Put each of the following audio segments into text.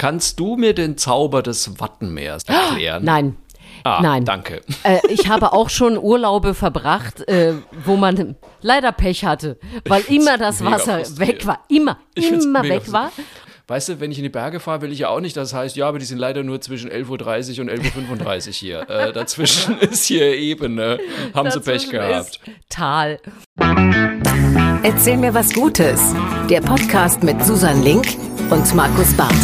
Kannst du mir den Zauber des Wattenmeers erklären? Nein. Nein. Danke. Ich habe auch schon Urlaube verbracht, wo man leider Pech hatte, weil immer das Wasser weg war. Immer weg war. Weißt du, wenn ich in die Berge fahre, will ich ja auch nicht, das heißt, ja, aber die sind leider nur zwischen 11.30 Uhr und 11.35 Uhr hier. Dazwischen ist hier Ebene. Haben sie Pech gehabt. Tal. Erzähl mir was Gutes. Der Podcast mit Susan Link und Markus Barth.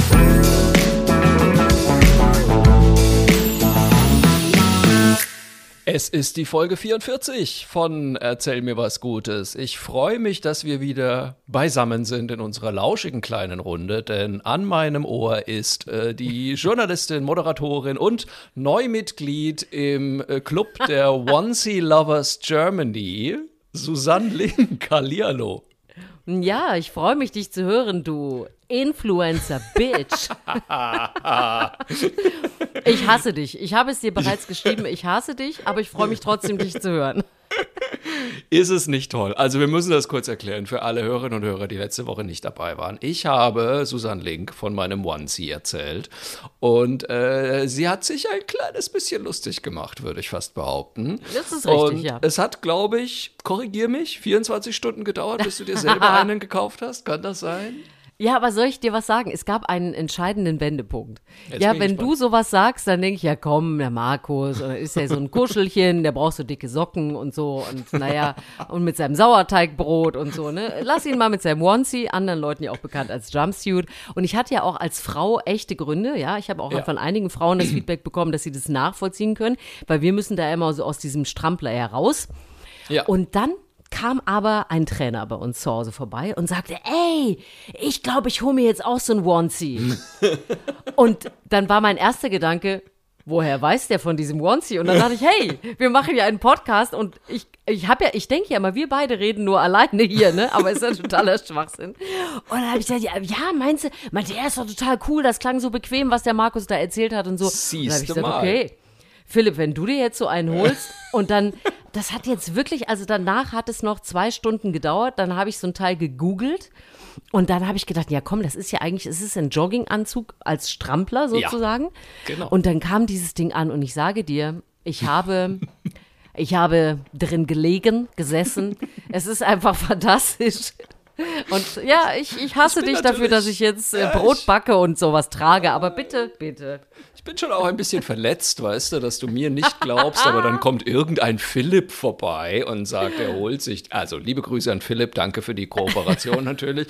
Es ist die Folge 44 von Erzähl mir was Gutes. Ich freue mich, dass wir wieder beisammen sind in unserer lauschigen kleinen Runde, denn an meinem Ohr ist die Journalistin, Moderatorin und Neumitglied im Club der Onesie Lovers Germany, Susanne Link. Hallihallo. Ja, ich freue mich, dich zu hören, du Influencer-Bitch. Ich hasse dich. Ich habe es dir bereits geschrieben, ich hasse dich, aber ich freue mich trotzdem, dich zu hören. Ist es nicht toll? Also wir müssen das kurz erklären für alle Hörerinnen und Hörer, die letzte Woche nicht dabei waren. Ich habe Susanne Link von meinem Onesie erzählt und sie hat sich ein kleines bisschen lustig gemacht, würde ich fast behaupten. Das ist richtig, und ja. Es hat, glaube ich, korrigier mich, 24 Stunden gedauert, bis du dir selber einen gekauft hast. Kann das sein? Ja, aber soll ich dir was sagen? Es gab einen entscheidenden Wendepunkt. Jetzt Ja, bin ich wenn gespannt. du sowas sagst, dann denke ich, ja komm, der Markus, oder ist ja so ein Kuschelchen, der braucht so dicke Socken und so und naja, und mit seinem Sauerteigbrot und so, ne? Lass ihn mal mit seinem Onesie, anderen Leuten ja auch bekannt als Jumpsuit. Und ich hatte ja auch als Frau echte Gründe, ja. Ich habe auch von einigen Frauen das Feedback bekommen, dass sie das nachvollziehen können, weil wir müssen da immer so aus diesem Strampler heraus. Ja. Und dann kam aber ein Trainer bei uns zu Hause vorbei und sagte, ey, ich glaube, ich hole mir jetzt auch so ein Onesie. Und dann war mein erster Gedanke, woher weiß der von diesem Onesie? Und dann dachte ich, hey, wir machen ja einen Podcast und ich denke ja immer, wir beide reden nur alleine hier, ne? Aber ist ja totaler Schwachsinn. Und dann habe ich gesagt, ja, meinte, er ist doch total cool, das klang so bequem, was der Markus da erzählt hat und so. Und dann habe ich gesagt, okay, Philipp, wenn du dir jetzt so einen holst und dann, das hat jetzt wirklich, also danach hat es noch 2 Stunden gedauert, dann habe ich so ein Teil gegoogelt und dann habe ich gedacht, ja komm, das ist ja eigentlich, es ist ein Jogginganzug als Strampler sozusagen. Ja, genau. Und dann kam dieses Ding an und ich sage dir, ich habe drin gesessen, es ist einfach fantastisch. Und ja, ich hasse dich dafür, dass ich jetzt Brot backe und sowas trage, aber bitte. Ich bin schon auch ein bisschen verletzt, weißt du, dass du mir nicht glaubst, aber dann kommt irgendein Philipp vorbei und sagt, er holt sich, also liebe Grüße an Philipp, danke für die Kooperation natürlich,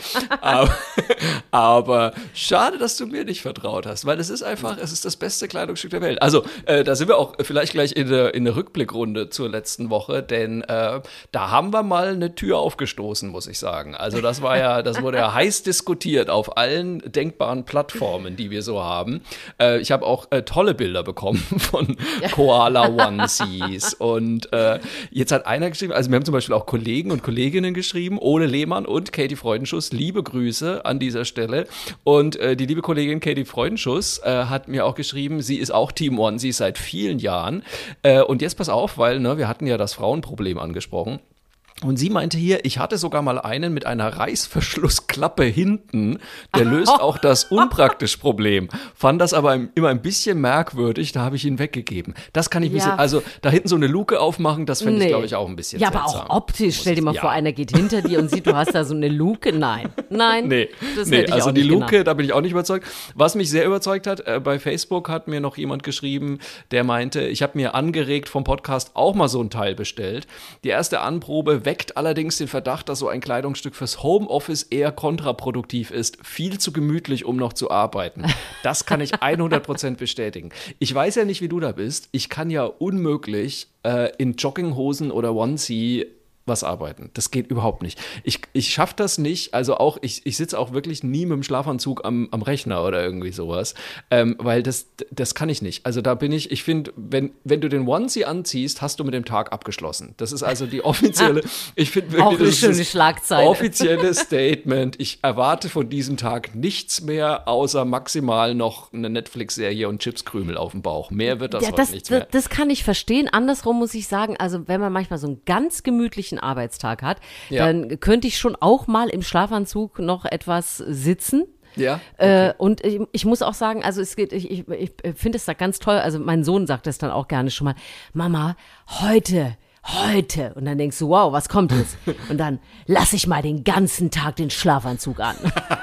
aber schade, dass du mir nicht vertraut hast, weil es ist das beste Kleidungsstück der Welt. Also da sind wir auch vielleicht gleich in der Rückblickrunde zur letzten Woche, denn da haben wir mal eine Tür aufgestoßen, muss ich sagen. Also das wurde ja heiß diskutiert auf allen denkbaren Plattformen, die wir so haben. Ich habe auch tolle Bilder bekommen von Koala-Onesies und jetzt hat einer geschrieben, also wir haben zum Beispiel auch Kollegen und Kolleginnen geschrieben, Ole Lehmann und Katie Freudenschuss, liebe Grüße an dieser Stelle und die liebe Kollegin Katie Freudenschuss hat mir auch geschrieben, sie ist auch Team Onesie seit vielen Jahren und jetzt pass auf, weil wir hatten ja das Frauenproblem angesprochen. Und sie meinte hier, ich hatte sogar mal einen mit einer Reißverschlussklappe hinten, der löst auch das Unpraktisch-Problem. Fand das aber immer ein bisschen merkwürdig, da habe ich ihn weggegeben. Das kann ich ein bisschen, also da hinten so eine Luke aufmachen, das finde ich, glaube ich, auch ein bisschen seltsam. Aber auch optisch, stell dir mal vor, einer geht hinter dir und sieht, du hast da so eine Luke. Nein, nee, das hätte ich also auch die nicht Luke, genannt. da bin ich auch nicht überzeugt. Was mich sehr überzeugt hat, bei Facebook hat mir noch jemand geschrieben, der meinte, ich habe mir angeregt vom Podcast auch mal so ein Teil bestellt. Die erste Anprobe weckt allerdings den Verdacht, dass so ein Kleidungsstück fürs Homeoffice eher kontraproduktiv ist. Viel zu gemütlich, um noch zu arbeiten. Das kann ich 100% bestätigen. Ich weiß ja nicht, wie du da bist. Ich kann ja unmöglich in Jogginghosen oder Onesie was arbeiten. Das geht überhaupt nicht. Ich schaffe das nicht, also auch, ich sitze auch wirklich nie mit dem Schlafanzug am Rechner oder irgendwie sowas, weil das kann ich nicht. Also da bin ich finde, wenn du den Onesie anziehst, hast du mit dem Tag abgeschlossen. Das ist also die offizielle, ich finde wirklich, Auch eine das schöne ist Schlagzeile. offizielle Statement. Ich erwarte von diesem Tag nichts mehr, außer maximal noch eine Netflix-Serie und Chipskrümel auf dem Bauch. Mehr wird das heute nichts mehr. Das kann ich verstehen. Andersrum muss ich sagen, also wenn man manchmal so einen ganz gemütlichen Arbeitstag hat, dann könnte ich schon auch mal im Schlafanzug noch etwas sitzen. Ja, okay. Und ich muss auch sagen, also es geht, ich finde es da ganz toll, also mein Sohn sagt das dann auch gerne schon mal, Mama, heute. Und dann denkst du, wow, was kommt jetzt? Und dann lass ich mal den ganzen Tag den Schlafanzug an.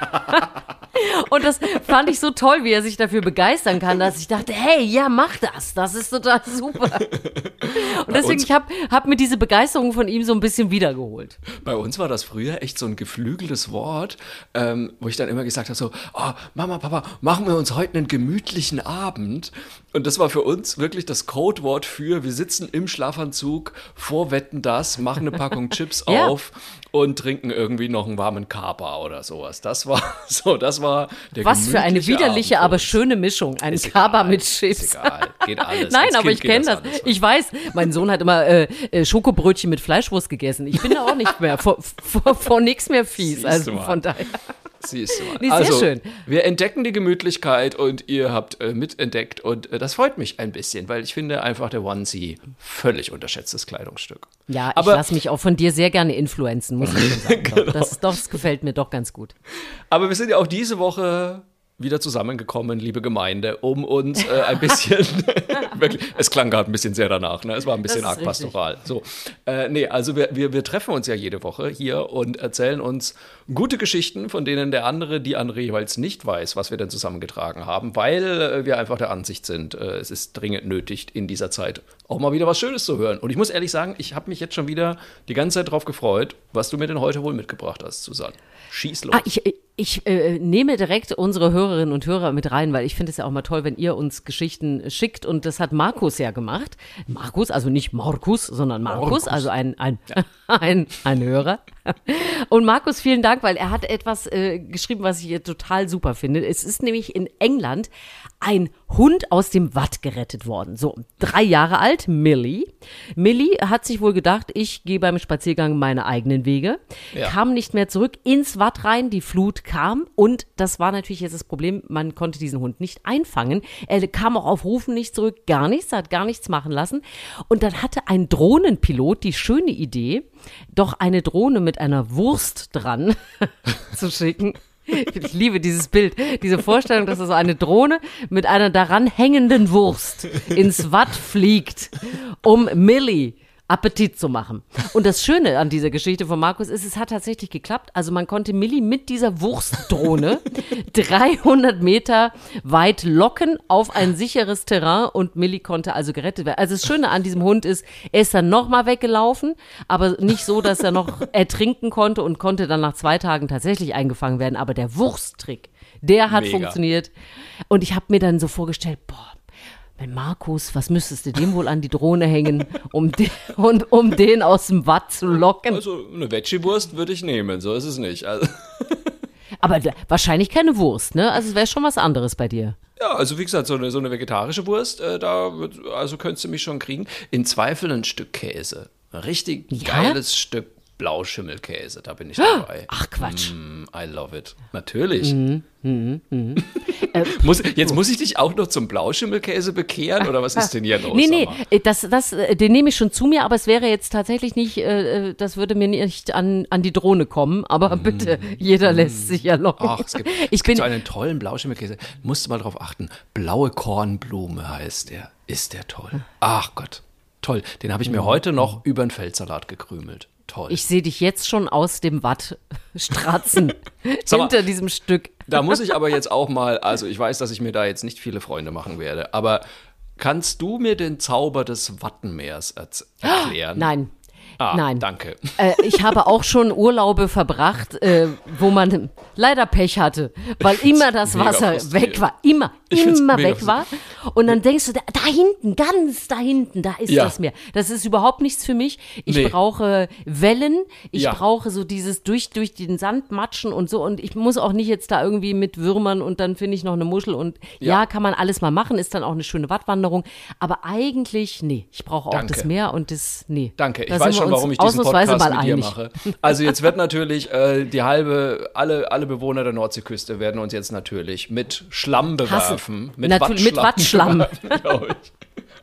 Und das fand ich so toll, wie er sich dafür begeistern kann, dass ich dachte, hey, ja, mach das. Das ist total super. Und deswegen, ich hab mir diese Begeisterung von ihm so ein bisschen wiedergeholt. Bei uns war das früher echt so ein geflügeltes Wort, wo ich dann immer gesagt habe so, oh, Mama, Papa, machen wir uns heute einen gemütlichen Abend. Und das war für uns wirklich das Codewort für, wir sitzen im Schlafanzug vor Wetten, das, machen eine Packung Chips auf und trinken irgendwie noch einen warmen Kaba oder sowas. Das war der Was für eine widerliche, Abend aber schöne Mischung. Ein Kaba mit Chips. Ist egal, geht alles. Nein, Als aber Kind ich kenne das. alles. Ich weiß, mein Sohn hat immer Schokobrötchen mit Fleischwurst gegessen. Ich bin da auch nicht mehr vor nichts mehr fies. Siehst Also du mal. von daher. Siehst du mal. Nee, sehr schön. Wir entdecken die Gemütlichkeit und ihr habt mitentdeckt und das freut mich ein bisschen, weil ich finde einfach der Onesie völlig unterschätztes Kleidungsstück. Ja, Aber- ich lasse mich auch von dir sehr gerne influenzen, muss ich schon sagen. Genau. Das gefällt mir doch ganz gut. Aber wir sind ja auch diese Woche wieder zusammengekommen, liebe Gemeinde, um uns ein bisschen, wirklich, es klang gerade ein bisschen sehr danach, ne? Es war ein bisschen Das ist arg pastoral. So, also wir treffen uns ja jede Woche hier und erzählen uns gute Geschichten, von denen die andere jeweils nicht weiß, was wir denn zusammengetragen haben, weil wir einfach der Ansicht sind, es ist dringend nötig, in dieser Zeit auch mal wieder was Schönes zu hören. Und ich muss ehrlich sagen, ich habe mich jetzt schon wieder die ganze Zeit drauf gefreut, was du mir denn heute wohl mitgebracht hast, Susanne. Schieß los. Ich nehme direkt unsere Hörerinnen und Hörer mit rein, weil ich finde es ja auch mal toll, wenn ihr uns Geschichten schickt. Und das hat Markus ja gemacht. Markus, also nicht Markus, sondern Markus. Also ein Hörer. Und Markus, vielen Dank, weil er hat etwas geschrieben, was ich total super finde. Es ist nämlich in England ein Hund aus dem Watt gerettet worden. So, 3 Jahre alt, Millie. Millie hat sich wohl gedacht, ich gehe beim Spaziergang meine eigenen Wege. Ja. Kam nicht mehr zurück ins Watt rein, die Flut kam und das war natürlich jetzt das Problem, man konnte diesen Hund nicht einfangen. Er kam auch auf Rufen nicht zurück, gar nichts, hat gar nichts machen lassen. Und dann hatte ein Drohnenpilot die schöne Idee, doch eine Drohne mit einer Wurst dran zu schicken. Ich liebe dieses Bild, diese Vorstellung, dass so eine Drohne mit einer daran hängenden Wurst ins Watt fliegt, um Millie Appetit zu machen. Und das Schöne an dieser Geschichte von Markus ist, es hat tatsächlich geklappt. Also man konnte Millie mit dieser Wurstdrohne 300 Meter weit locken auf ein sicheres Terrain und Millie konnte also gerettet werden. Also das Schöne an diesem Hund ist, er ist dann nochmal weggelaufen, aber nicht so, dass er noch ertrinken konnte und konnte dann nach 2 Tagen tatsächlich eingefangen werden. Aber der Wursttrick, der hat Mega. funktioniert. Und ich habe mir dann so vorgestellt, wenn Markus, was müsstest du dem wohl an die Drohne hängen, um den aus dem Watt zu locken? Also eine Veggie-Wurst würde ich nehmen, so ist es nicht. Also, Aber wahrscheinlich keine Wurst, ne? Also es wäre schon was anderes bei dir. ja, also wie gesagt, so eine vegetarische Wurst, also könntest du mich schon kriegen. In Zweifel ein Stück Käse. Ein richtig geiles Stück Blauschimmelkäse, da bin ich dabei. Ach Quatsch. I love it. Natürlich. Jetzt muss ich dich auch noch zum Blauschimmelkäse bekehren oder was ist denn hier los? Nee, Sag mal? den nehme ich schon zu mir, aber es wäre jetzt tatsächlich nicht, das würde mir nicht an die Drohne kommen, aber bitte, jeder lässt sich ja locken. Ach, es gibt so einen tollen Blauschimmelkäse. Musst du mal drauf achten. Blaue Kornblume heißt der. Ist der toll. Ach Gott, toll. Den habe ich mir heute noch über einen Feldsalat gekrümelt. Toll. Ich sehe dich jetzt schon aus dem Watt stratzen, Sag mal, hinter diesem Stück. Da muss ich aber jetzt auch mal, also ich weiß, dass ich mir da jetzt nicht viele Freunde machen werde, aber kannst du mir den Zauber des Wattenmeers erklären? Nein. Nein. Danke. Ich habe auch schon Urlaube verbracht, wo man leider Pech hatte, weil immer das mega Wasser frustrierend. weg war. Immer find's mega weg war. Und dann denkst du, da hinten, ganz da hinten, da ist Ja. das Meer. Das ist überhaupt nichts für mich. Ich Nee. brauche Wellen. Ich Ja. brauche so dieses durch den Sand matschen und so. Und ich muss auch nicht jetzt da irgendwie mit Würmern und dann finde ich noch eine Muschel. Und ja, kann man alles mal machen, ist dann auch eine schöne Wattwanderung. Aber eigentlich, nee, ich brauche auch Danke. das Meer und das, nee. Danke, ich Da weiß sind wir schon, uns warum ich diesen ausnahmsweise Podcast mal mit dir einig. mache. Also jetzt wird natürlich alle Bewohner der Nordseeküste werden uns jetzt natürlich mit Schlamm bewerfen. Natürlich, mit Wattschlamm. bewerfen, glaub ich.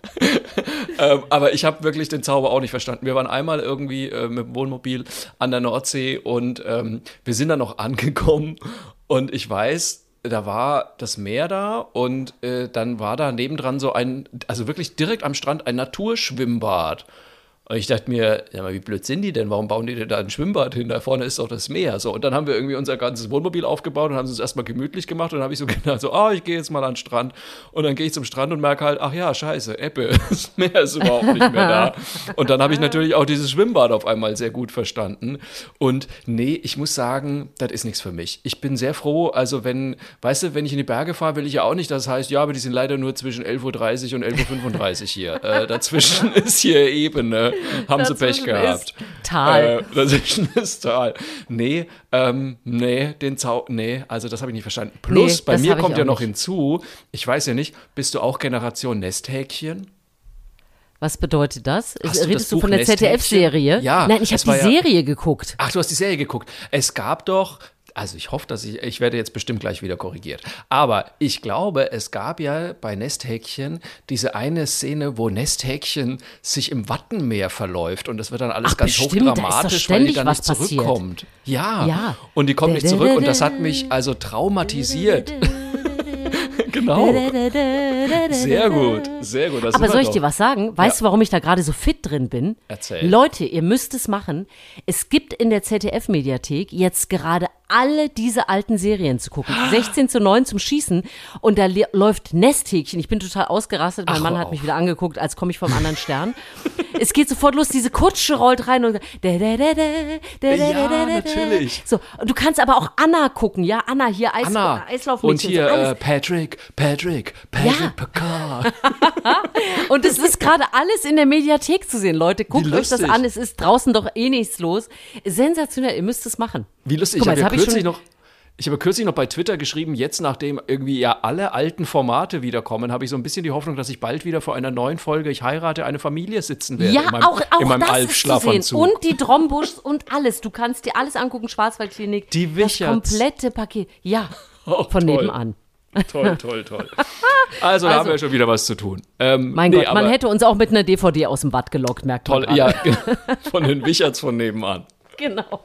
Aber ich habe wirklich den Zauber auch nicht verstanden. Wir waren einmal irgendwie mit dem Wohnmobil an der Nordsee und wir sind dann noch angekommen und ich weiß, da war das Meer da und dann war da nebendran so also wirklich direkt am Strand ein Naturschwimmbad. Und ich dachte mir, ja, mal, wie blöd sind die denn? Warum bauen die denn da ein Schwimmbad hin? Da vorne ist doch das Meer. So, und dann haben wir irgendwie unser ganzes Wohnmobil aufgebaut und haben es uns erstmal gemütlich gemacht. Und dann habe ich so gedacht, ich gehe jetzt mal an den Strand. Und dann gehe ich zum Strand und merke halt, ach ja, scheiße, Ebbe, das Meer ist überhaupt nicht mehr da. Und dann habe ich natürlich auch dieses Schwimmbad auf einmal sehr gut verstanden. Und nee, ich muss sagen, das ist nichts für mich. Ich bin sehr froh, also wenn ich in die Berge fahre, will ich ja auch nicht, das heißt, ja, aber die sind leider nur zwischen 11:30 und 11:35 Uhr hier. Dazwischen ist hier Ebene. Haben sie Pech gehabt. Tal. Dazwischen ist Tal. Nee, also das habe ich nicht verstanden. Plus, bei mir kommt ja noch hinzu, ich weiß ja nicht, bist du auch Generation Nesthäkchen? Was bedeutet das? Redest du von der ZDF-Serie? Ja. Nein, ich habe die Serie geguckt. Ach, du hast die Serie geguckt. Es gab doch... Also ich hoffe, ich werde jetzt bestimmt gleich wieder korrigiert. Aber ich glaube, es gab ja bei Nesthäkchen diese eine Szene, wo Nesthäkchen sich im Wattenmeer verläuft und das wird dann alles ganz hochdramatisch, weil die dann nicht zurückkommt. Ja, und die kommt nicht zurück und das hat mich also traumatisiert. Genau. Sehr gut. Aber soll ich dir was sagen? Weißt du, warum ich da gerade so fit drin bin? Erzähl. Leute, ihr müsst es machen. Es gibt in der ZDF-Mediathek jetzt gerade alle diese alten Serien zu gucken. 16:9 zum Schießen und da läuft Nesthäkchen. Ich bin total ausgerastet. Mein Mann hat mich wieder angeguckt, als komme ich vom anderen Stern. Es geht sofort los, diese Kutsche rollt rein und ja, natürlich. So, und du kannst aber auch Anna gucken, ja? Anna hier, Eislaufmädchen. Und hier Patrick Ja. Picard. Und es ist gerade alles in der Mediathek zu sehen, Leute. Guckt euch das an, es ist draußen doch eh nichts los. Sensationell, ihr müsst es machen. Wie lustig, ich habe kürzlich noch bei Twitter geschrieben, jetzt nachdem irgendwie ja alle alten Formate wiederkommen, habe ich so ein bisschen die Hoffnung, dass ich bald wieder vor einer neuen Folge Ich heirate eine Familie sitzen werde. Ja, in meinem das Alf-Schlafanzug. ist zu sehen. Und die Drombuschs und alles. Du kannst dir alles angucken, Schwarzwaldklinik. Die Wicherts. Das komplette Paket. Ja, von toll. Nebenan. Toll. Also, da haben wir schon wieder was zu tun. Mein Gott, man hätte uns auch mit einer DVD aus dem Bad gelockt, merkt man. Toll, ja, von den Wicherts von nebenan. Genau.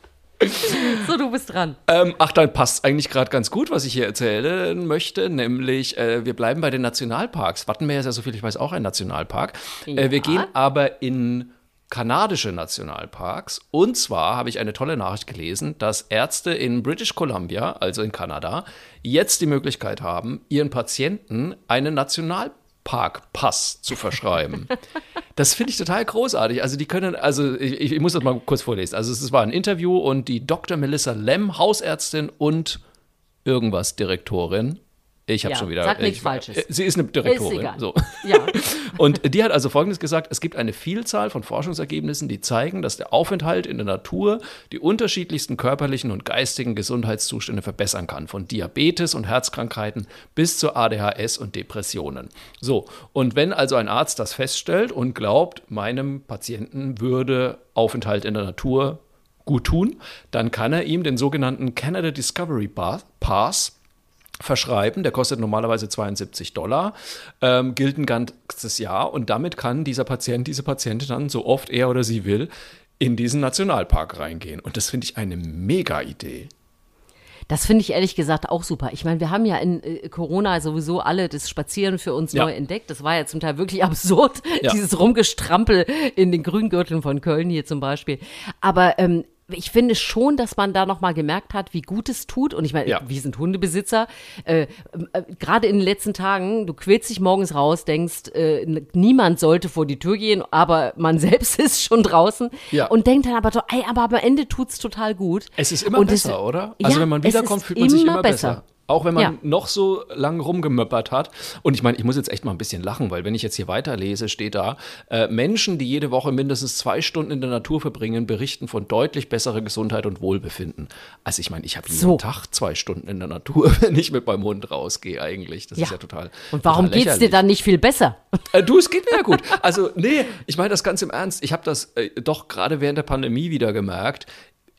So, du bist dran. Dann passt eigentlich gerade ganz gut, was ich hier erzählen möchte, nämlich wir bleiben bei den Nationalparks. Wattenmeer ist ja, soviel ich weiß, auch ein Nationalpark. Ja. Wir gehen aber in kanadische Nationalparks. Und zwar habe ich eine tolle Nachricht gelesen, dass Ärzte in British Columbia, also in Kanada, jetzt die Möglichkeit haben, ihren Patienten einen Nationalparkpass zu verschreiben. Das finde ich total großartig. Also die können, ich muss das mal kurz vorlesen. Also es war ein Interview und die Dr. Melissa Lem, Hausärztin und irgendwas Direktorin. Ich habe schon wieder. Sag nichts Falsches. Sie ist eine Direktorin. Ist egal. So. Ja. Und die hat also Folgendes gesagt: Es gibt eine Vielzahl von Forschungsergebnissen, die zeigen, dass der Aufenthalt in der Natur die unterschiedlichsten körperlichen und geistigen Gesundheitszustände verbessern kann. Von Diabetes und Herzkrankheiten bis zu ADHS und Depressionen. So, und wenn also ein Arzt das feststellt und glaubt, meinem Patienten würde Aufenthalt in der Natur gut tun, dann kann er ihm den sogenannten Canada Discovery Pass verschreiben, der kostet normalerweise $72, gilt ein ganzes Jahr und damit kann dieser Patient, diese Patientin dann, so oft er oder sie will, in diesen Nationalpark reingehen. Und das finde ich eine Mega-Idee. Das finde ich ehrlich gesagt auch super. Ich meine, wir haben ja in Corona sowieso alle das Spazieren für uns neu entdeckt. Das war ja zum Teil wirklich absurd, dieses Rumgestrampel in den Grüngürteln von Köln hier zum Beispiel. Aber ich finde schon, dass man da nochmal gemerkt hat, wie gut es tut. Und ich meine, wir sind Hundebesitzer. Gerade in den letzten Tagen, du quälst dich morgens raus, denkst, niemand sollte vor die Tür gehen, aber man selbst ist schon draußen. Ja. Und denkt dann aber so, aber am Ende tut's total gut. Es ist immer besser, oder? Also wenn man wiederkommt, fühlt man sich immer besser. Auch wenn man noch so lang rumgemöppert hat. Und ich meine, ich muss jetzt echt mal ein bisschen lachen, weil wenn ich jetzt hier weiterlese, steht da, Menschen, die jede Woche mindestens 2 Stunden in der Natur verbringen, berichten von deutlich besserer Gesundheit und Wohlbefinden. Also ich meine, ich habe jeden Tag 2 Stunden in der Natur, wenn ich mit meinem Hund rausgehe eigentlich. Das ist ja total Und warum total geht's dir dann nicht viel besser? Es geht mir ja gut. Also nee, ich meine das ganz im Ernst. Ich habe das doch gerade während der Pandemie wieder gemerkt. Ich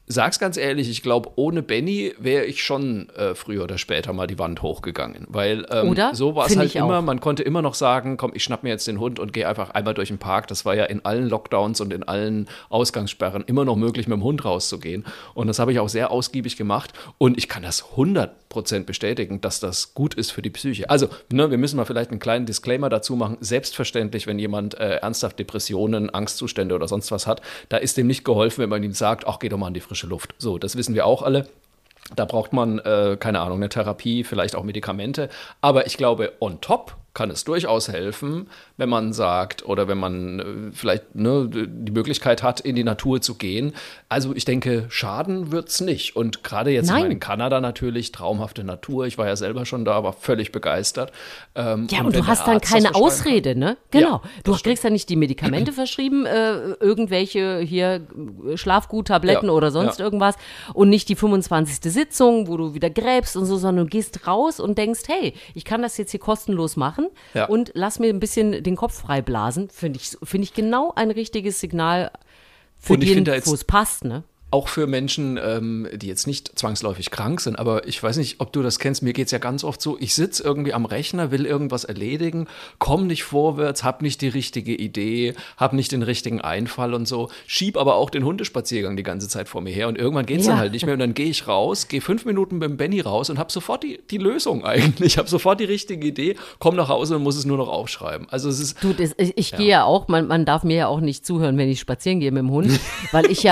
sag's ganz ehrlich, ich glaube, ohne Benny wäre ich schon früher oder später mal die Wand hochgegangen. Weil so war es halt immer, auch. Man konnte immer noch sagen, komm, ich schnapp mir jetzt den Hund und gehe einfach einmal durch den Park. Das war ja in allen Lockdowns und in allen Ausgangssperren immer noch möglich, mit dem Hund rauszugehen. Und das habe ich auch sehr ausgiebig gemacht. Und ich kann das 100% bestätigen, dass das gut ist für die Psyche. Also, wir müssen mal vielleicht einen kleinen Disclaimer dazu machen. Selbstverständlich, wenn jemand ernsthaft Depressionen, Angstzustände oder sonst was hat, da ist dem nicht geholfen, wenn man ihm sagt, ach, geh doch mal in die frische Luft. So, das wissen wir auch alle. Da braucht man, keine Ahnung, eine Therapie, vielleicht auch Medikamente. Aber ich glaube, on top kann es durchaus helfen, wenn man sagt oder wenn man vielleicht die Möglichkeit hat, in die Natur zu gehen. Also ich denke, schaden wird es nicht. Und gerade jetzt in Kanada natürlich, traumhafte Natur. Ich war ja selber schon da, war völlig begeistert. Und du hast dann keine Ausrede, ne? Genau. Ja, du kriegst ja nicht die Medikamente verschrieben, irgendwelche hier Schlafguttabletten oder sonst irgendwas und nicht die 25. Sitzung, wo du wieder gräbst und so, sondern du gehst raus und denkst, hey, ich kann das jetzt hier kostenlos machen. Und lass mir ein bisschen den Kopf frei blasen, finde ich genau ein richtiges Signal für den, wo es passt, ne? Auch für Menschen, die jetzt nicht zwangsläufig krank sind, aber ich weiß nicht, ob du das kennst, mir geht es ja ganz oft so, ich sitze irgendwie am Rechner, will irgendwas erledigen, komme nicht vorwärts, habe nicht die richtige Idee, habe nicht den richtigen Einfall und so, schieb aber auch den Hundespaziergang die ganze Zeit vor mir her und irgendwann geht es dann halt nicht mehr und dann gehe ich raus, gehe 5 Minuten mit dem Benny raus und habe sofort die Lösung eigentlich, habe sofort die richtige Idee, komme nach Hause und muss es nur noch aufschreiben. Also es ist... Ich gehe ja auch, man darf mir ja auch nicht zuhören, wenn ich spazieren gehe mit dem Hund, weil ich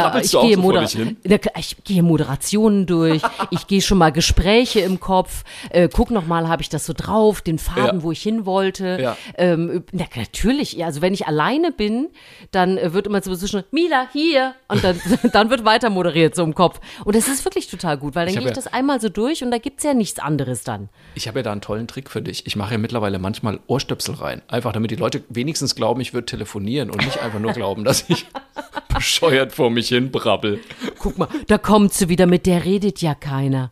gehe Moderationen durch, ich gehe schon mal Gespräche im Kopf, guck noch mal, habe ich das so drauf, den Faden, wo ich hin wollte. Ja. Natürlich, also wenn ich alleine bin, dann wird immer zwischen Mila, hier, und dann wird weiter moderiert so im Kopf. Und das ist wirklich total gut, weil dann gehe ich das einmal so durch und da gibt es ja nichts anderes dann. Ich habe ja da einen tollen Trick für dich. Ich mache ja mittlerweile manchmal Ohrstöpsel rein, einfach damit die Leute wenigstens glauben, ich würde telefonieren und nicht einfach nur glauben, dass ich bescheuert vor mich hin brabbel. Guck mal, da kommt sie wieder, mit der redet ja keiner.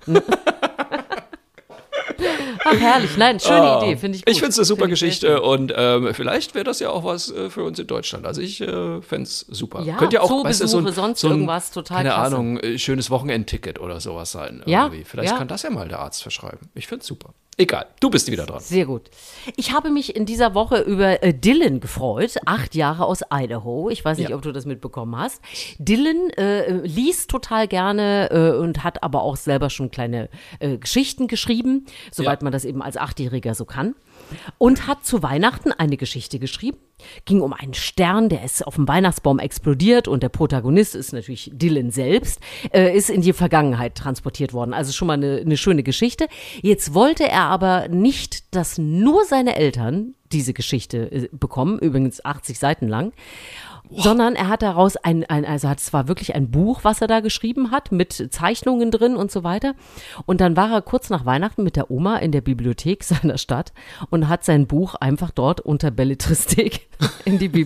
Ach, herrlich. Nein, schöne Idee, finde ich gut. Ich finde es eine super Geschichte und vielleicht wäre das ja auch was für uns in Deutschland. Also ich fände es super. Ja, könnte ja auch, Zoobesuche, sonst irgendwas total keine klasse. Ahnung, schönes Wochenendticket oder sowas sein. Ja, vielleicht kann das ja mal der Arzt verschreiben. Ich finde es super. Egal, du bist wieder dran. Sehr gut. Ich habe mich in dieser Woche über Dylan gefreut, 8 Jahre aus Idaho. Ich weiß nicht, ob du das mitbekommen hast. Dylan liest total gerne und hat aber auch selber schon kleine Geschichten geschrieben, soweit man das eben als 8-Jähriger so kann. Und hat zu Weihnachten eine Geschichte geschrieben. Ging um einen Stern, der ist auf dem Weihnachtsbaum explodiert und der Protagonist ist natürlich Dylan selbst, ist in die Vergangenheit transportiert worden. Also schon mal eine schöne Geschichte. Jetzt wollte er aber nicht, dass nur seine Eltern diese Geschichte bekommen, übrigens 80 Seiten lang. Sondern er hat daraus es war wirklich ein Buch, was er da geschrieben hat, mit Zeichnungen drin und so weiter. Und dann war er kurz nach Weihnachten mit der Oma in der Bibliothek seiner Stadt und hat sein Buch einfach dort unter Belletristik in die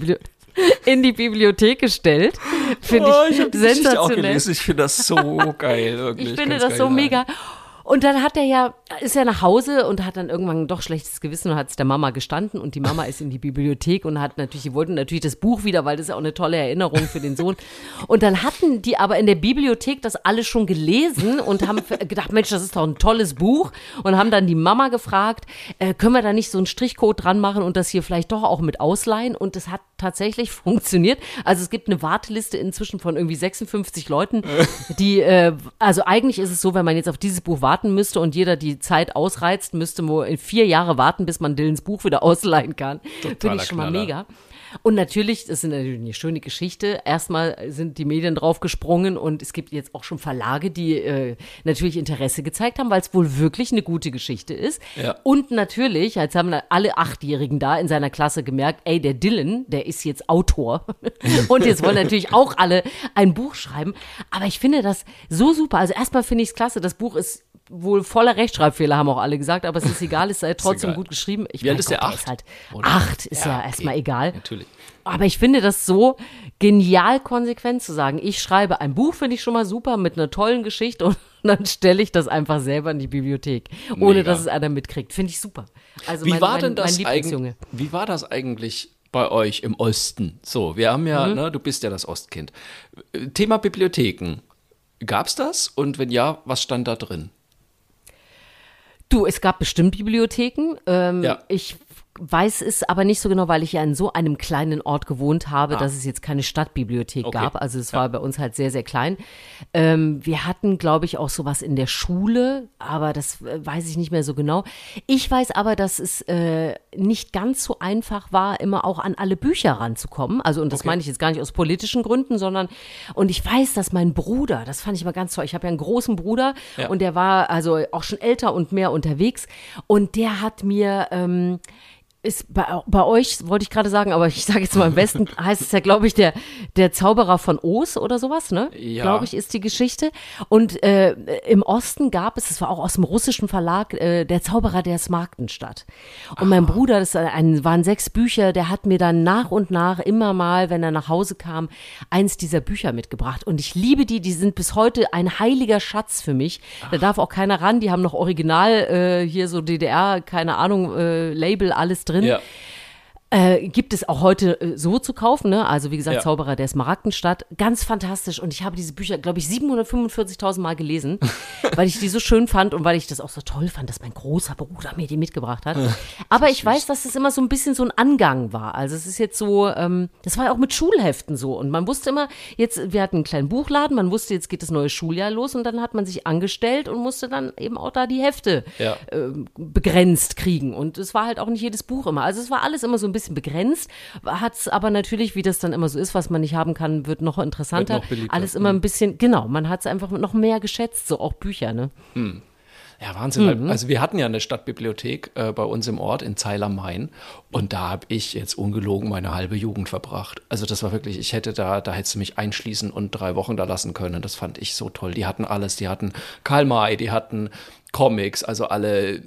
Bibliothek gestellt. Finde ich sensationell. Auch gelesen. Ich finde das so geil. Wirklich. Ich finde das so mega. Und dann ist er nach Hause und hat dann irgendwann doch schlechtes Gewissen und hat es der Mama gestanden und die Mama ist in die Bibliothek und die wollten natürlich das Buch wieder, weil das ist ja auch eine tolle Erinnerung für den Sohn. Und dann hatten die aber in der Bibliothek das alle schon gelesen und haben gedacht, Mensch, das ist doch ein tolles Buch und haben dann die Mama gefragt, können wir da nicht so einen Strichcode dran machen und das hier vielleicht doch auch mit ausleihen? Und das hat tatsächlich funktioniert. Also es gibt eine Warteliste inzwischen von irgendwie 56 Leuten, die, also eigentlich ist es so, wenn man jetzt auf dieses Buch warten müsste und jeder die Zeit ausreizt, müsste man in 4 Jahre warten, bis man Dylans Buch wieder ausleihen kann. Finde ich schon mal mega. Und natürlich, das ist natürlich eine schöne Geschichte. Erstmal sind die Medien drauf gesprungen und es gibt jetzt auch schon Verlage, die natürlich Interesse gezeigt haben, weil es wohl wirklich eine gute Geschichte ist. Ja. Und natürlich, jetzt haben alle 8-Jährigen da in seiner Klasse gemerkt, ey, der Dylan, der ist jetzt Autor. Und jetzt wollen natürlich auch alle ein Buch schreiben. Aber ich finde das so super. Also erstmal finde ich es klasse, das Buch ist wohl voller Rechtschreibfehler, haben auch alle gesagt, aber es ist egal, es sei trotzdem gut geschrieben. Wie alt ist der? 8? Ist halt 8 ist ja erstmal egal. Natürlich. Aber ich finde das so genial konsequent zu sagen, ich schreibe ein Buch, finde ich schon mal super, mit einer tollen Geschichte und dann stelle ich das einfach selber in die Bibliothek, ohne dass es einer mitkriegt. Finde ich super. Also Wie war das eigentlich bei euch im Osten? So, wir haben ja, du bist ja das Ostkind. Thema Bibliotheken. Gab's das? Und wenn ja, was stand da drin? Du, es gab bestimmt Bibliotheken. Ja. Ich weiß es aber nicht so genau, weil ich ja in so einem kleinen Ort gewohnt habe, dass es jetzt keine Stadtbibliothek gab. Also es war bei uns halt sehr, sehr klein. Wir hatten, glaube ich, auch sowas in der Schule, aber das weiß ich nicht mehr so genau. Ich weiß aber, dass es nicht ganz so einfach war, immer auch an alle Bücher ranzukommen. Also, und das meine ich jetzt gar nicht aus politischen Gründen, sondern, und ich weiß, dass mein Bruder, das fand ich immer ganz toll, ich habe ja einen großen Bruder und der war also auch schon älter und mehr unterwegs und der hat mir ist bei euch, wollte ich gerade sagen, aber ich sage jetzt mal am besten, heißt es ja, glaube ich, der Zauberer von Oz oder sowas, ne? Ja. Glaube ich, ist die Geschichte. Und im Osten gab es war auch aus dem russischen Verlag, der Zauberer der Smaragdenstadt. Und mein Bruder, das waren 6 Bücher, der hat mir dann nach und nach immer mal, wenn er nach Hause kam, eins dieser Bücher mitgebracht. Und ich liebe die sind bis heute ein heiliger Schatz für mich. Da darf auch keiner ran, die haben noch original hier so DDR, keine Ahnung, Label, alles drin. Ja. Gibt es auch heute so zu kaufen, ne? Also wie gesagt, Ja. Zauberer der Smaragdenstadt, ganz fantastisch und ich habe diese Bücher, glaube ich, 745.000 Mal gelesen, weil ich die so schön fand und weil ich das auch so toll fand, dass mein großer Bruder mir die mitgebracht hat. Aber ich weiß, dass es immer so ein bisschen so ein Angang war, also es ist jetzt so, das war ja auch mit Schulheften so und man wusste immer, wir hatten einen kleinen Buchladen, man wusste, jetzt geht das neue Schuljahr los und dann hat man sich angestellt und musste dann eben auch da die Hefte begrenzt kriegen und es war halt auch nicht jedes Buch immer, also es war alles immer so ein bisschen begrenzt, hat es aber natürlich, wie das dann immer so ist, was man nicht haben kann, wird noch interessanter. Wird noch beliebter. Alles immer ein bisschen, genau, man hat es einfach noch mehr geschätzt, so auch Bücher, ne? Ja, Wahnsinn. Also wir hatten ja eine Stadtbibliothek bei uns im Ort in Zeil am Main und da habe ich jetzt ungelogen meine halbe Jugend verbracht. Also das war wirklich, ich hätte da hättest du mich einschließen und 3 Wochen da lassen können. Das fand ich so toll. Die hatten alles, die hatten Karl May, die hatten Comics, also alle,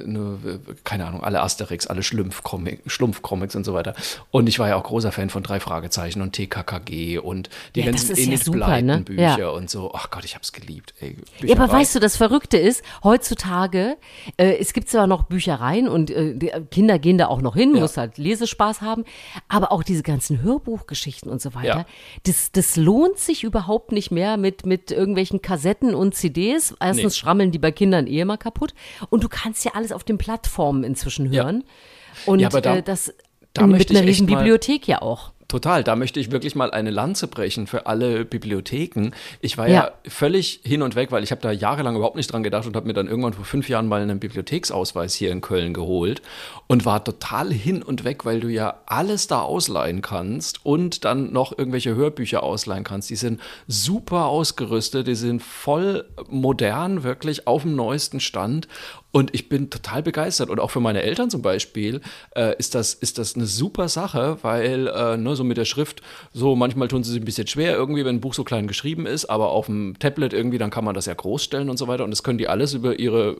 keine Ahnung, alle Asterix, alle Schlumpfcomics und so weiter. Und ich war ja auch großer Fan von 3 Fragezeichen und TKKG und die Ja, das ganzen ist ja Enid super, Blyton ne? Bücher Ja. und so. Ach Gott, ich hab's geliebt. Ey, Ja, aber Bücherei. weißt du, das Verrückte ist, heutzutage, es gibt zwar noch Büchereien und die Kinder gehen da auch noch hin, muss halt Lesespaß haben, aber auch diese ganzen Hörbuchgeschichten und so weiter, das lohnt sich überhaupt nicht mehr mit irgendwelchen Kassetten und CDs. Erstens schrammeln die bei Kindern mal kaputt und du kannst ja alles auf den Plattformen inzwischen hören. Und Ja, aber da das möchte mit einer ich echt riesen mal- Bibliothek ja auch. Total, da möchte ich wirklich mal eine Lanze brechen für alle Bibliotheken. Ich war ja völlig hin und weg, weil ich habe da jahrelang überhaupt nicht dran gedacht und habe mir dann irgendwann vor 5 Jahren mal einen Bibliotheksausweis hier in Köln geholt und war total hin und weg, weil du ja alles da ausleihen kannst und dann noch irgendwelche Hörbücher ausleihen kannst. Die sind super ausgerüstet, die sind voll modern, wirklich auf dem neuesten Stand. Und ich bin total begeistert. Und auch für meine Eltern zum Beispiel ist das eine super Sache, weil so mit der Schrift, so manchmal tun sie sich ein bisschen schwer irgendwie, wenn ein Buch so klein geschrieben ist, aber auf dem Tablet irgendwie, dann kann man das ja groß stellen und so weiter. Und das können die alles über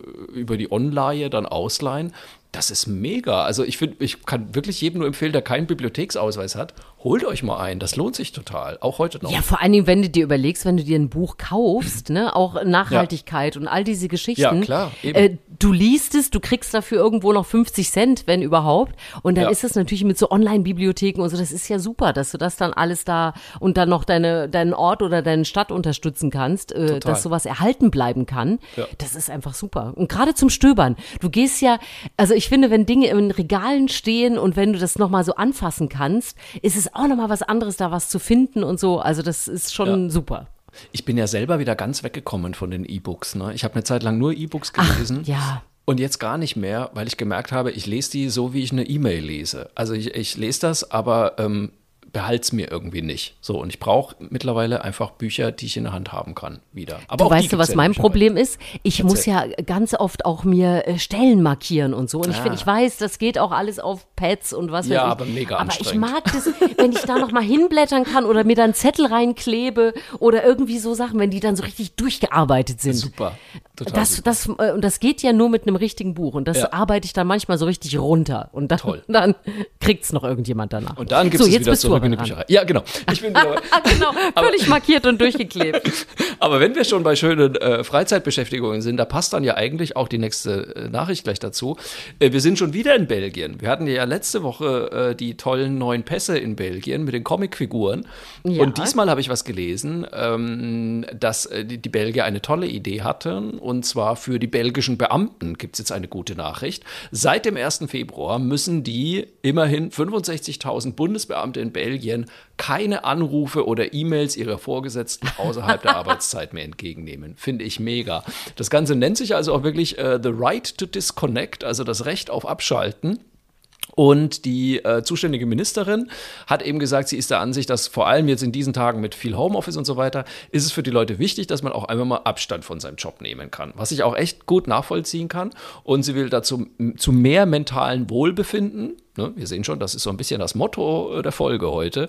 die Online dann ausleihen. Das ist mega. Also ich kann wirklich jedem nur empfehlen, der keinen Bibliotheksausweis hat, holt euch mal einen. Das lohnt sich total. Auch heute noch. Ja, vor allen Dingen, wenn du dir überlegst, wenn du dir ein Buch kaufst, ne, auch Nachhaltigkeit und all diese Geschichten. Ja, klar, eben. Du liest es, du kriegst dafür irgendwo noch 50 Cent, wenn überhaupt. Und dann ist das natürlich mit so Online-Bibliotheken und so, das ist ja super, dass du das dann alles da und dann noch deinen Ort oder deine Stadt unterstützen kannst, dass sowas erhalten bleiben kann. Ja. Das ist einfach super. Und gerade zum Stöbern. Du gehst ja, also ich finde, wenn Dinge in Regalen stehen und wenn du das nochmal so anfassen kannst, ist es auch nochmal was anderes, da was zu finden und so. Also das ist schon super. Ich bin ja selber wieder ganz weggekommen von den E-Books. Ne? Ich habe eine Zeit lang nur E-Books gelesen. Ja. Und jetzt gar nicht mehr, weil ich gemerkt habe, ich lese die so, wie ich eine E-Mail lese. Also ich lese das, aber behalte es mir irgendwie nicht. So, und ich brauche mittlerweile einfach Bücher, die ich in der Hand haben kann, wieder. Aber Du auch die weißt du, gibt's was ja mein nicht Problem ist? Ich Erzähl. muss ja ganz oft auch mir Stellen markieren und so. Und ich weiß, das geht auch alles auf Pads und was weiß ich. Ja, aber mega Aber ich anstrengend. mag das, wenn ich da nochmal hinblättern kann oder mir dann Zettel reinklebe oder irgendwie so Sachen, wenn die dann so richtig durchgearbeitet sind. Super. Total Und das geht ja nur mit einem richtigen Buch. Und das arbeite ich dann manchmal so richtig runter. Und dann kriegt es noch irgendjemand danach. Und dann gibt es wieder zurück in die Bücherei. Ja, genau. Ich bin wieder genau, völlig markiert und durchgeklebt. Aber wenn wir schon bei schönen Freizeitbeschäftigungen sind, da passt dann ja eigentlich auch die nächste Nachricht gleich dazu. Wir sind schon wieder in Belgien. Wir hatten ja letzte Woche die tollen neuen Pässe in Belgien mit den Comicfiguren. Ja. Und diesmal habe ich was gelesen, dass die Belgier eine tolle Idee hatten. Und zwar für die belgischen Beamten gibt es jetzt eine gute Nachricht. Seit dem 1. Februar müssen die immerhin 65.000 Bundesbeamte in Belgien keine Anrufe oder E-Mails ihrer Vorgesetzten außerhalb der Arbeitszeit mehr entgegennehmen. Finde ich mega. Das Ganze nennt sich also auch wirklich The Right to Disconnect, also das Recht auf Abschalten. Und die zuständige Ministerin hat eben gesagt, sie ist der Ansicht, dass vor allem jetzt in diesen Tagen mit viel Homeoffice und so weiter, ist es für die Leute wichtig, dass man auch einfach mal Abstand von seinem Job nehmen kann. Was ich auch echt gut nachvollziehen kann. Und sie will dazu zu mehr mentalen Wohlbefinden, ne, wir sehen schon, das ist so ein bisschen das Motto der Folge heute,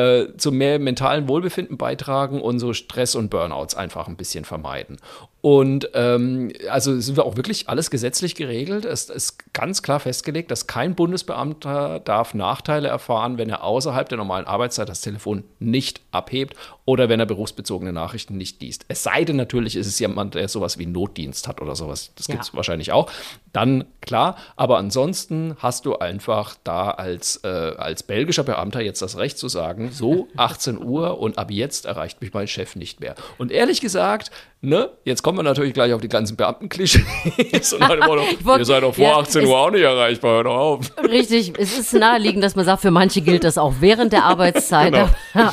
zu mehr mentalen Wohlbefinden beitragen und so Stress und Burnouts einfach ein bisschen vermeiden. Und also sind wir auch wirklich alles gesetzlich geregelt. Es ist ganz klar festgelegt, dass kein Bundesbeamter darf Nachteile erfahren, wenn er außerhalb der normalen Arbeitszeit das Telefon nicht abhebt oder wenn er berufsbezogene Nachrichten nicht liest. Es sei denn natürlich, ist es jemand, der sowas wie Notdienst hat oder sowas. Das gibt es wahrscheinlich auch. Dann klar, aber ansonsten hast du einfach da als belgischer Beamter jetzt das Recht zu sagen, so 18 Uhr und ab jetzt erreicht mich mein Chef nicht mehr. Und ehrlich gesagt, ne, jetzt kommen wir natürlich gleich auf die ganzen Beamtenklischees und halt immer noch, ihr seid doch vor 18 Uhr auch nicht erreichbar, hör doch auf. Richtig, es ist naheliegend, dass man sagt, für manche gilt das auch während der Arbeitszeit. Genau.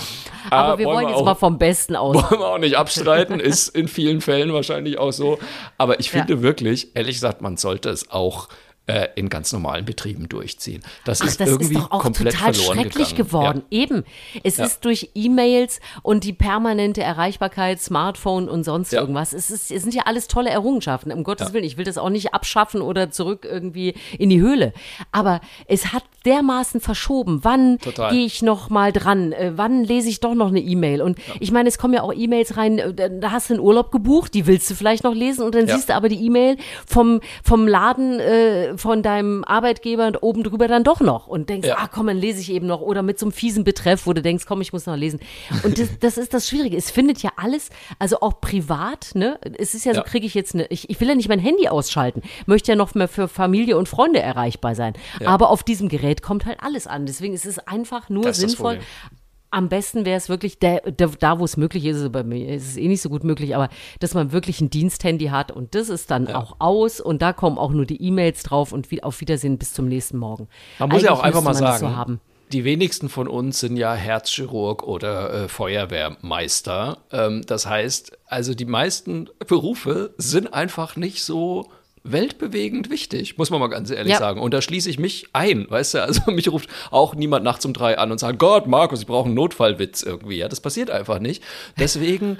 Aber wir wollen jetzt mal vom Besten aus. Wollen wir auch nicht abstreiten, ist in vielen Fällen wahrscheinlich auch so. Aber ich finde wirklich, ehrlich gesagt, man sollte es auch in ganz normalen Betrieben durchziehen. Das ist irgendwie doch auch komplett total verloren schrecklich gegangen. geworden. Ja. Eben. Es ist durch E-Mails und die permanente Erreichbarkeit, Smartphone und sonst irgendwas. Es sind ja alles tolle Errungenschaften. Um Gottes Willen, ich will das auch nicht abschaffen oder zurück irgendwie in die Höhle. Aber es hat dermaßen verschoben. Wann gehe ich noch mal dran? Wann lese ich doch noch eine E-Mail? Und ich meine, es kommen ja auch E-Mails rein, da hast du einen Urlaub gebucht, die willst du vielleicht noch lesen und dann siehst du aber die E-Mail vom Laden von deinem Arbeitgeber und oben drüber dann doch noch und denkst, komm, dann lese ich eben noch oder mit so einem fiesen Betreff, wo du denkst, komm, ich muss noch lesen. Und das ist das Schwierige. Es findet ja alles, also auch privat, ne? Es ist ja so, kriege ich jetzt ich will ja nicht mein Handy ausschalten, möchte ja noch mehr für Familie und Freunde erreichbar sein. Ja. Aber auf diesem Gerät kommt halt alles an. Deswegen ist es einfach nur sinnvoll. Am besten wäre es wirklich, da wo es möglich ist, bei mir ist es eh nicht so gut möglich, aber dass man wirklich ein Diensthandy hat und das ist dann auch aus und da kommen auch nur die E-Mails drauf und auf Wiedersehen bis zum nächsten Morgen. Man muss ja auch einfach mal sagen, die wenigsten von uns sind ja Herzchirurg oder Feuerwehrmeister. Das heißt, also die meisten Berufe sind einfach nicht so weltbewegend wichtig, muss man mal ganz ehrlich sagen. Und da schließe ich mich ein, weißt du, also mich ruft auch niemand nachts um 3 an und sagt, Gott, Markus, ich brauche einen Notfallwitz irgendwie, ja, das passiert einfach nicht. Deswegen,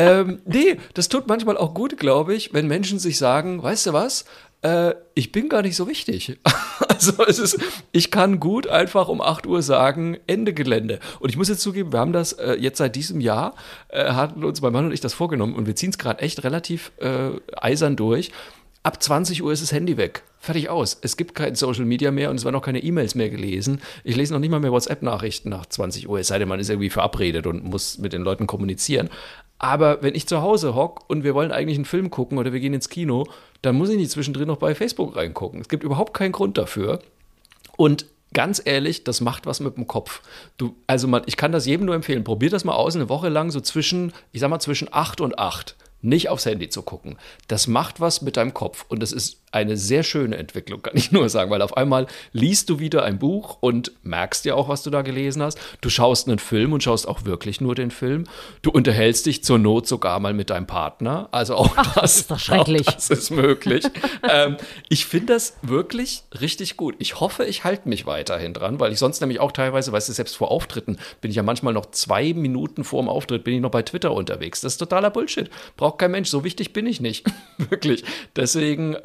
nee, das tut manchmal auch gut, glaube ich, wenn Menschen sich sagen, weißt du was, ich bin gar nicht so wichtig. Also ich kann gut einfach um 8 Uhr sagen, Ende Gelände. Und ich muss jetzt zugeben, wir haben das jetzt seit diesem Jahr, hatten uns mein Mann und ich das vorgenommen und wir ziehen es gerade echt relativ eisern durch. Ab 20 Uhr ist das Handy weg. Fertig aus. Es gibt kein Social Media mehr und es werden auch keine E-Mails mehr gelesen. Ich lese noch nicht mal mehr WhatsApp-Nachrichten nach 20 Uhr, es sei denn, man ist irgendwie verabredet und muss mit den Leuten kommunizieren. Aber wenn ich zu Hause hocke und wir wollen eigentlich einen Film gucken oder wir gehen ins Kino, dann muss ich nicht zwischendrin noch bei Facebook reingucken. Es gibt überhaupt keinen Grund dafür. Und ganz ehrlich, das macht was mit dem Kopf. Ich kann das jedem nur empfehlen. Probier das mal aus, eine Woche lang so zwischen 8 und 8. Nicht aufs Handy zu gucken. Das macht was mit deinem Kopf. Und das ist eine sehr schöne Entwicklung, kann ich nur sagen, weil auf einmal liest du wieder ein Buch und merkst ja auch, was du da gelesen hast. Du schaust einen Film und schaust auch wirklich nur den Film. Du unterhältst dich zur Not sogar mal mit deinem Partner. Also auch das ist doch schrecklich. Auch das ist möglich. Ich finde das wirklich richtig gut. Ich hoffe, ich halte mich weiterhin dran, weil ich sonst nämlich auch teilweise, weißt du, selbst vor Auftritten bin ich ja manchmal noch 2 Minuten vor dem Auftritt, bin ich noch bei Twitter unterwegs. Das ist totaler Bullshit. Braucht kein Mensch. So wichtig bin ich nicht. Wirklich. Deswegen,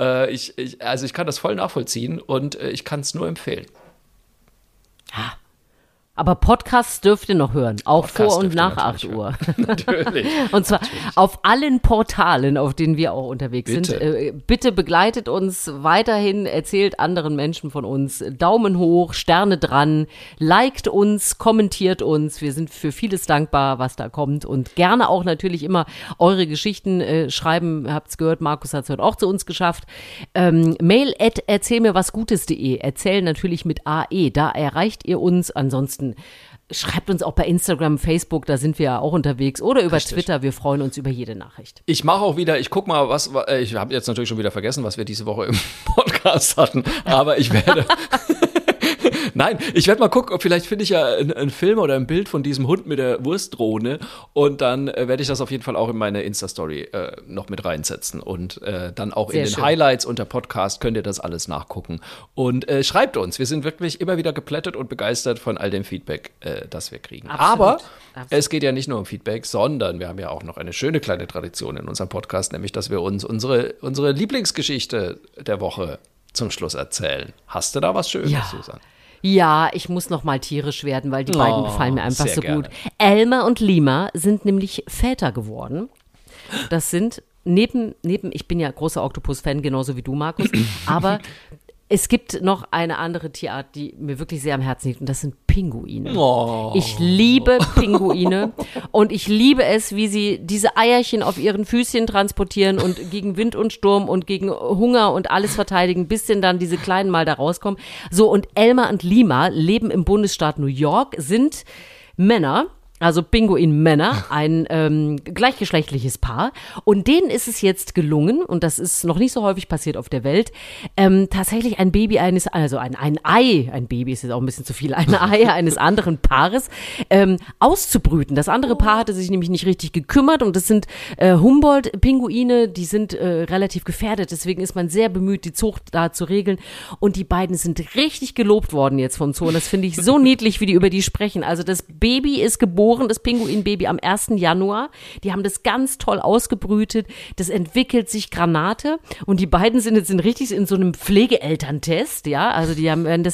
ich kann das voll nachvollziehen und ich kann es nur empfehlen. Ja. Aber Podcasts dürft ihr noch hören, auch Podcasts vor und dürft ihr nach natürlich 8 Uhr. Natürlich. Und zwar auf allen Portalen, auf denen wir auch unterwegs Bitte. sind. Bitte begleitet uns weiterhin, erzählt anderen Menschen von uns. Daumen hoch, Sterne dran, liked uns, kommentiert uns. Wir sind für vieles dankbar, was da kommt. Und gerne auch natürlich immer eure Geschichten schreiben. Habt's gehört, Markus hat es heute auch zu uns geschafft. Mail @ erzählmirwasgutes.de. Erzählen natürlich mit AE. Da erreicht ihr uns. Ansonsten schreibt uns auch bei Instagram, Facebook, da sind wir ja auch unterwegs. Oder über Richtig. Twitter. Wir freuen uns über jede Nachricht. Ich mache auch wieder, ich guck mal, ich habe jetzt natürlich schon wieder vergessen, was wir diese Woche im Podcast hatten, aber ich werde... Nein, ich werde mal gucken, vielleicht finde ich ja einen Film oder ein Bild von diesem Hund mit der Wurstdrohne und dann werde ich das auf jeden Fall auch in meine Insta-Story noch mit reinsetzen und dann auch Sehr in den schön. Highlights unter Podcast könnt ihr das alles nachgucken und schreibt uns, wir sind wirklich immer wieder geplättet und begeistert von all dem Feedback, das wir kriegen. Absolut. Aber Absolut. es geht ja nicht nur um Feedback, sondern wir haben ja auch noch eine schöne kleine Tradition in unserem Podcast, nämlich, dass wir uns unsere Lieblingsgeschichte der Woche zum Schluss erzählen. Hast du da was Schönes, Ja. Susan? Ja, ich muss noch mal tierisch werden, weil die beiden gefallen mir einfach sehr so gerne. gut. Elmer und Lima sind nämlich Väter geworden. Das sind neben ich bin ja großer Oktopus-Fan, genauso wie du, Markus, aber es gibt noch eine andere Tierart, die mir wirklich sehr am Herzen liegt, und das sind Pinguine. Oh. Ich liebe Pinguine und ich liebe es, wie sie diese Eierchen auf ihren Füßchen transportieren und gegen Wind und Sturm und gegen Hunger und alles verteidigen, bis denn dann diese Kleinen mal da rauskommen. So, und Elmer und Lima leben im Bundesstaat New York, sind Männer. Also Pinguin-Männer, ein gleichgeschlechtliches Paar. Und denen ist es jetzt gelungen, und das ist noch nicht so häufig passiert auf der Welt, tatsächlich ein Baby ein Ei, ein Baby ist jetzt auch ein bisschen zu viel, ein Ei eines anderen Paares auszubrüten. Das andere Paar hatte sich nämlich nicht richtig gekümmert und das sind Humboldt-Pinguine, die sind relativ gefährdet. Deswegen ist man sehr bemüht, die Zucht da zu regeln. Und die beiden sind richtig gelobt worden jetzt vom Zoo. Und das finde ich so niedlich, wie die über die sprechen. Also das Baby ist geboren, das Pinguinbaby am 1. Januar. Die haben das ganz toll ausgebrütet. Das entwickelt sich Granate. Und die beiden sind jetzt richtig in so einem Pflegeelterntest. Ja, also die haben, wenn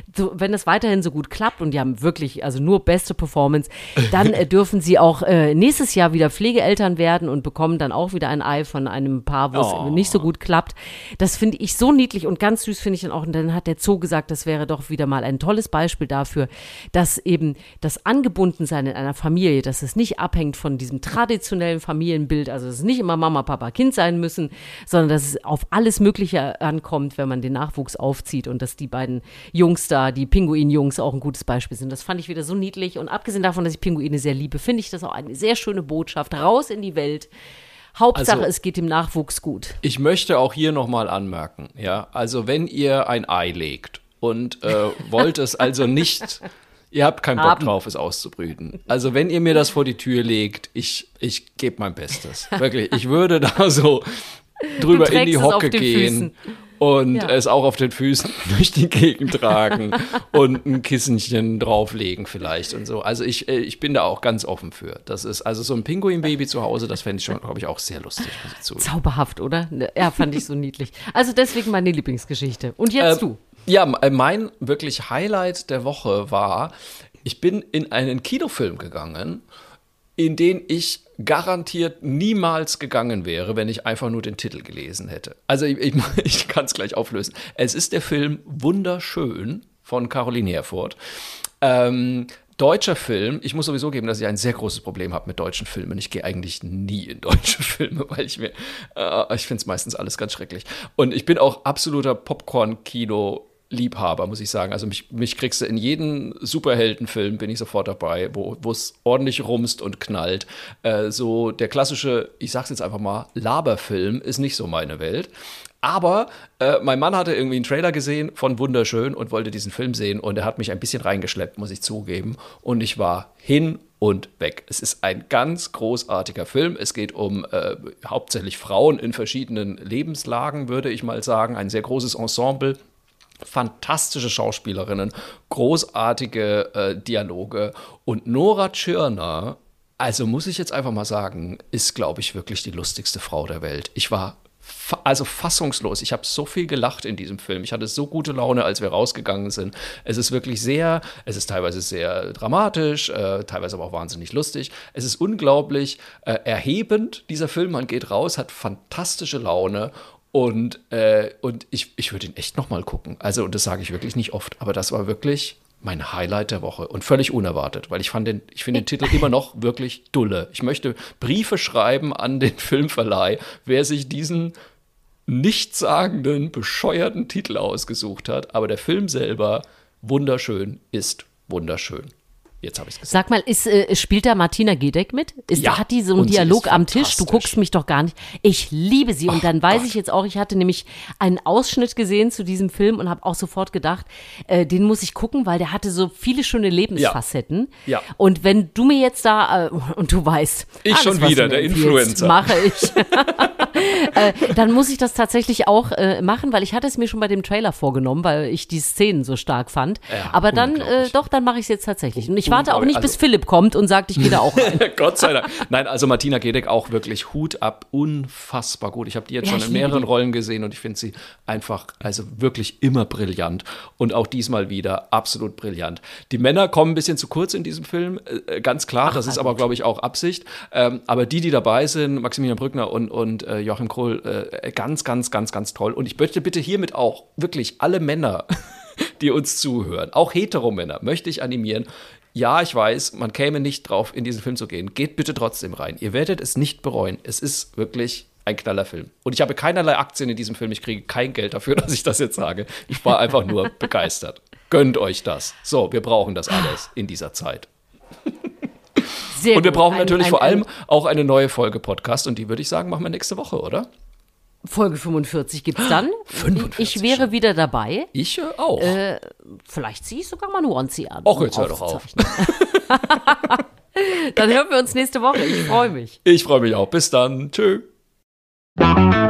das weiterhin so gut klappt und die haben wirklich, also nur beste Performance, dann dürfen sie auch nächstes Jahr wieder Pflegeeltern werden und bekommen dann auch wieder ein Ei von einem Paar, wo es nicht so gut klappt. Das finde ich so niedlich und ganz süß finde ich dann auch. Und dann hat der Zoo gesagt, das wäre doch wieder mal ein tolles Beispiel dafür, dass eben das Angebundensein in einer Familie, dass es nicht abhängt von diesem traditionellen Familienbild, also dass es nicht immer Mama, Papa, Kind sein müssen, sondern dass es auf alles Mögliche ankommt, wenn man den Nachwuchs aufzieht und dass die beiden Jungs da, die Pinguin-Jungs, auch ein gutes Beispiel sind. Das fand ich wieder so niedlich und abgesehen davon, dass ich Pinguine sehr liebe, finde ich das auch eine sehr schöne Botschaft. Raus in die Welt. Hauptsache, Also, es geht dem Nachwuchs gut. Ich möchte auch hier nochmal anmerken, ja, also wenn ihr ein Ei legt und wollt es also nicht, ihr habt keinen Bock drauf, es auszubrüten. Also wenn ihr mir das vor die Tür legt, ich gebe mein Bestes. Wirklich, ich würde da so drüber in die trägst es auf Hocke den gehen. Füßen. Und Ja. es auch auf den Füßen durch die Gegend tragen und ein Kissenchen drauflegen vielleicht und so. Also ich bin da auch ganz offen für. Das ist also so ein Pinguinbaby zu Hause, das fände ich schon, glaube ich, auch sehr lustig. Muss ich zugeben. Zauberhaft, oder? Ja, fand ich so niedlich. Also deswegen meine Lieblingsgeschichte. Und jetzt du. Ja, mein wirklich Highlight der Woche war, ich bin in einen Kinofilm gegangen, in den ich garantiert niemals gegangen wäre, wenn ich einfach nur den Titel gelesen hätte. Also ich kann es gleich auflösen. Es ist der Film Wunderschön von Caroline Herfurth. Deutscher Film. Ich muss sowieso geben, dass ich ein sehr großes Problem habe mit deutschen Filmen. Ich gehe eigentlich nie in deutsche Filme, weil ich finde es meistens alles ganz schrecklich. Und ich bin auch absoluter Popcorn-Kino-Liebhaber, muss ich sagen. Also mich kriegst du in jeden Superheldenfilm, bin ich sofort dabei, wo es ordentlich rumst und knallt. So der klassische, ich sag's jetzt einfach mal, Laberfilm ist nicht so meine Welt. Aber mein Mann hatte irgendwie einen Trailer gesehen von Wunderschön und wollte diesen Film sehen und er hat mich ein bisschen reingeschleppt, muss ich zugeben. Und ich war hin und weg. Es ist ein ganz großartiger Film. Es geht um hauptsächlich Frauen in verschiedenen Lebenslagen, würde ich mal sagen. Ein sehr großes Ensemble. Fantastische Schauspielerinnen, großartige Dialoge. Und Nora Tschirner, also muss ich jetzt einfach mal sagen, ist, glaube ich, wirklich die lustigste Frau der Welt. Ich war also fassungslos. Ich habe so viel gelacht in diesem Film. Ich hatte so gute Laune, als wir rausgegangen sind. Es ist teilweise sehr dramatisch, teilweise aber auch wahnsinnig lustig. Es ist unglaublich erhebend, dieser Film. Man geht raus, hat fantastische Laune. Und ich würde ihn echt noch mal gucken. Also, und das sage ich wirklich nicht oft, aber das war wirklich mein Highlight der Woche und völlig unerwartet, weil ich finde den Titel immer noch wirklich dulle. Ich möchte Briefe schreiben an den Filmverleih, wer sich diesen nichtssagenden, bescheuerten Titel ausgesucht hat. Aber der Film selber, wunderschön, ist wunderschön. Jetzt habe ich es gesagt. Sag mal, spielt da Martina Gedeck mit? Ja, hat die so einen und sie Dialog ist am Tisch? Du guckst mich doch gar nicht. Ich liebe sie. Und dann weiß ich jetzt auch, ich hatte nämlich einen Ausschnitt gesehen zu diesem Film und habe auch sofort gedacht, den muss ich gucken, weil der hatte so viele schöne Lebensfacetten. Ja. Und wenn du mir jetzt da, und du weißt, ich alles, schon was wieder, du mir der empfiehlst, Influencer. mache ich. Dann muss ich das tatsächlich auch machen, weil ich hatte es mir schon bei dem Trailer vorgenommen, weil ich die Szenen so stark fand. Ja, aber dann, unglaublich. dann mache ich es jetzt tatsächlich. Und ich warte auch nicht, bis Also- Philipp kommt und sagt, ich gehe da auch rein. Gott sei Dank. Nein, also Martina Gedeck auch wirklich Hut ab, unfassbar gut. Ich habe die jetzt Ja, schon ich in liebe mehreren die. Rollen gesehen und ich finde sie einfach, also wirklich immer brillant. Und auch diesmal wieder absolut brillant. Die Männer kommen ein bisschen zu kurz in diesem Film, ganz klar. Das ist aber, glaube ich, auch Absicht. Aber die dabei sind, Maximilian Brückner und Joachim Kroll, ganz, ganz, ganz, ganz toll. Und ich möchte bitte hiermit auch wirklich alle Männer, die uns zuhören, auch Heteromänner, möchte ich animieren. Ja, ich weiß, man käme nicht drauf, in diesen Film zu gehen. Geht bitte trotzdem rein. Ihr werdet es nicht bereuen. Es ist wirklich ein Knallerfilm. Und ich habe keinerlei Aktien in diesem Film. Ich kriege kein Geld dafür, dass ich das jetzt sage. Ich war einfach nur begeistert. Gönnt euch das. So, wir brauchen das alles in dieser Zeit. Sehr Und wir gut. brauchen natürlich vor allem auch eine neue Folge Podcast. Und die würde ich sagen, machen wir nächste Woche, oder? Folge 45 gibt's dann. 45 ich wäre schon. wieder dabei. Ich auch. Vielleicht ziehe ich sogar mal einen Onesie an. Och, um jetzt hör doch auf. aufzuzeichnen. Dann hören wir uns nächste Woche. Ich freue mich. Ich freue mich auch. Bis dann. Tschö.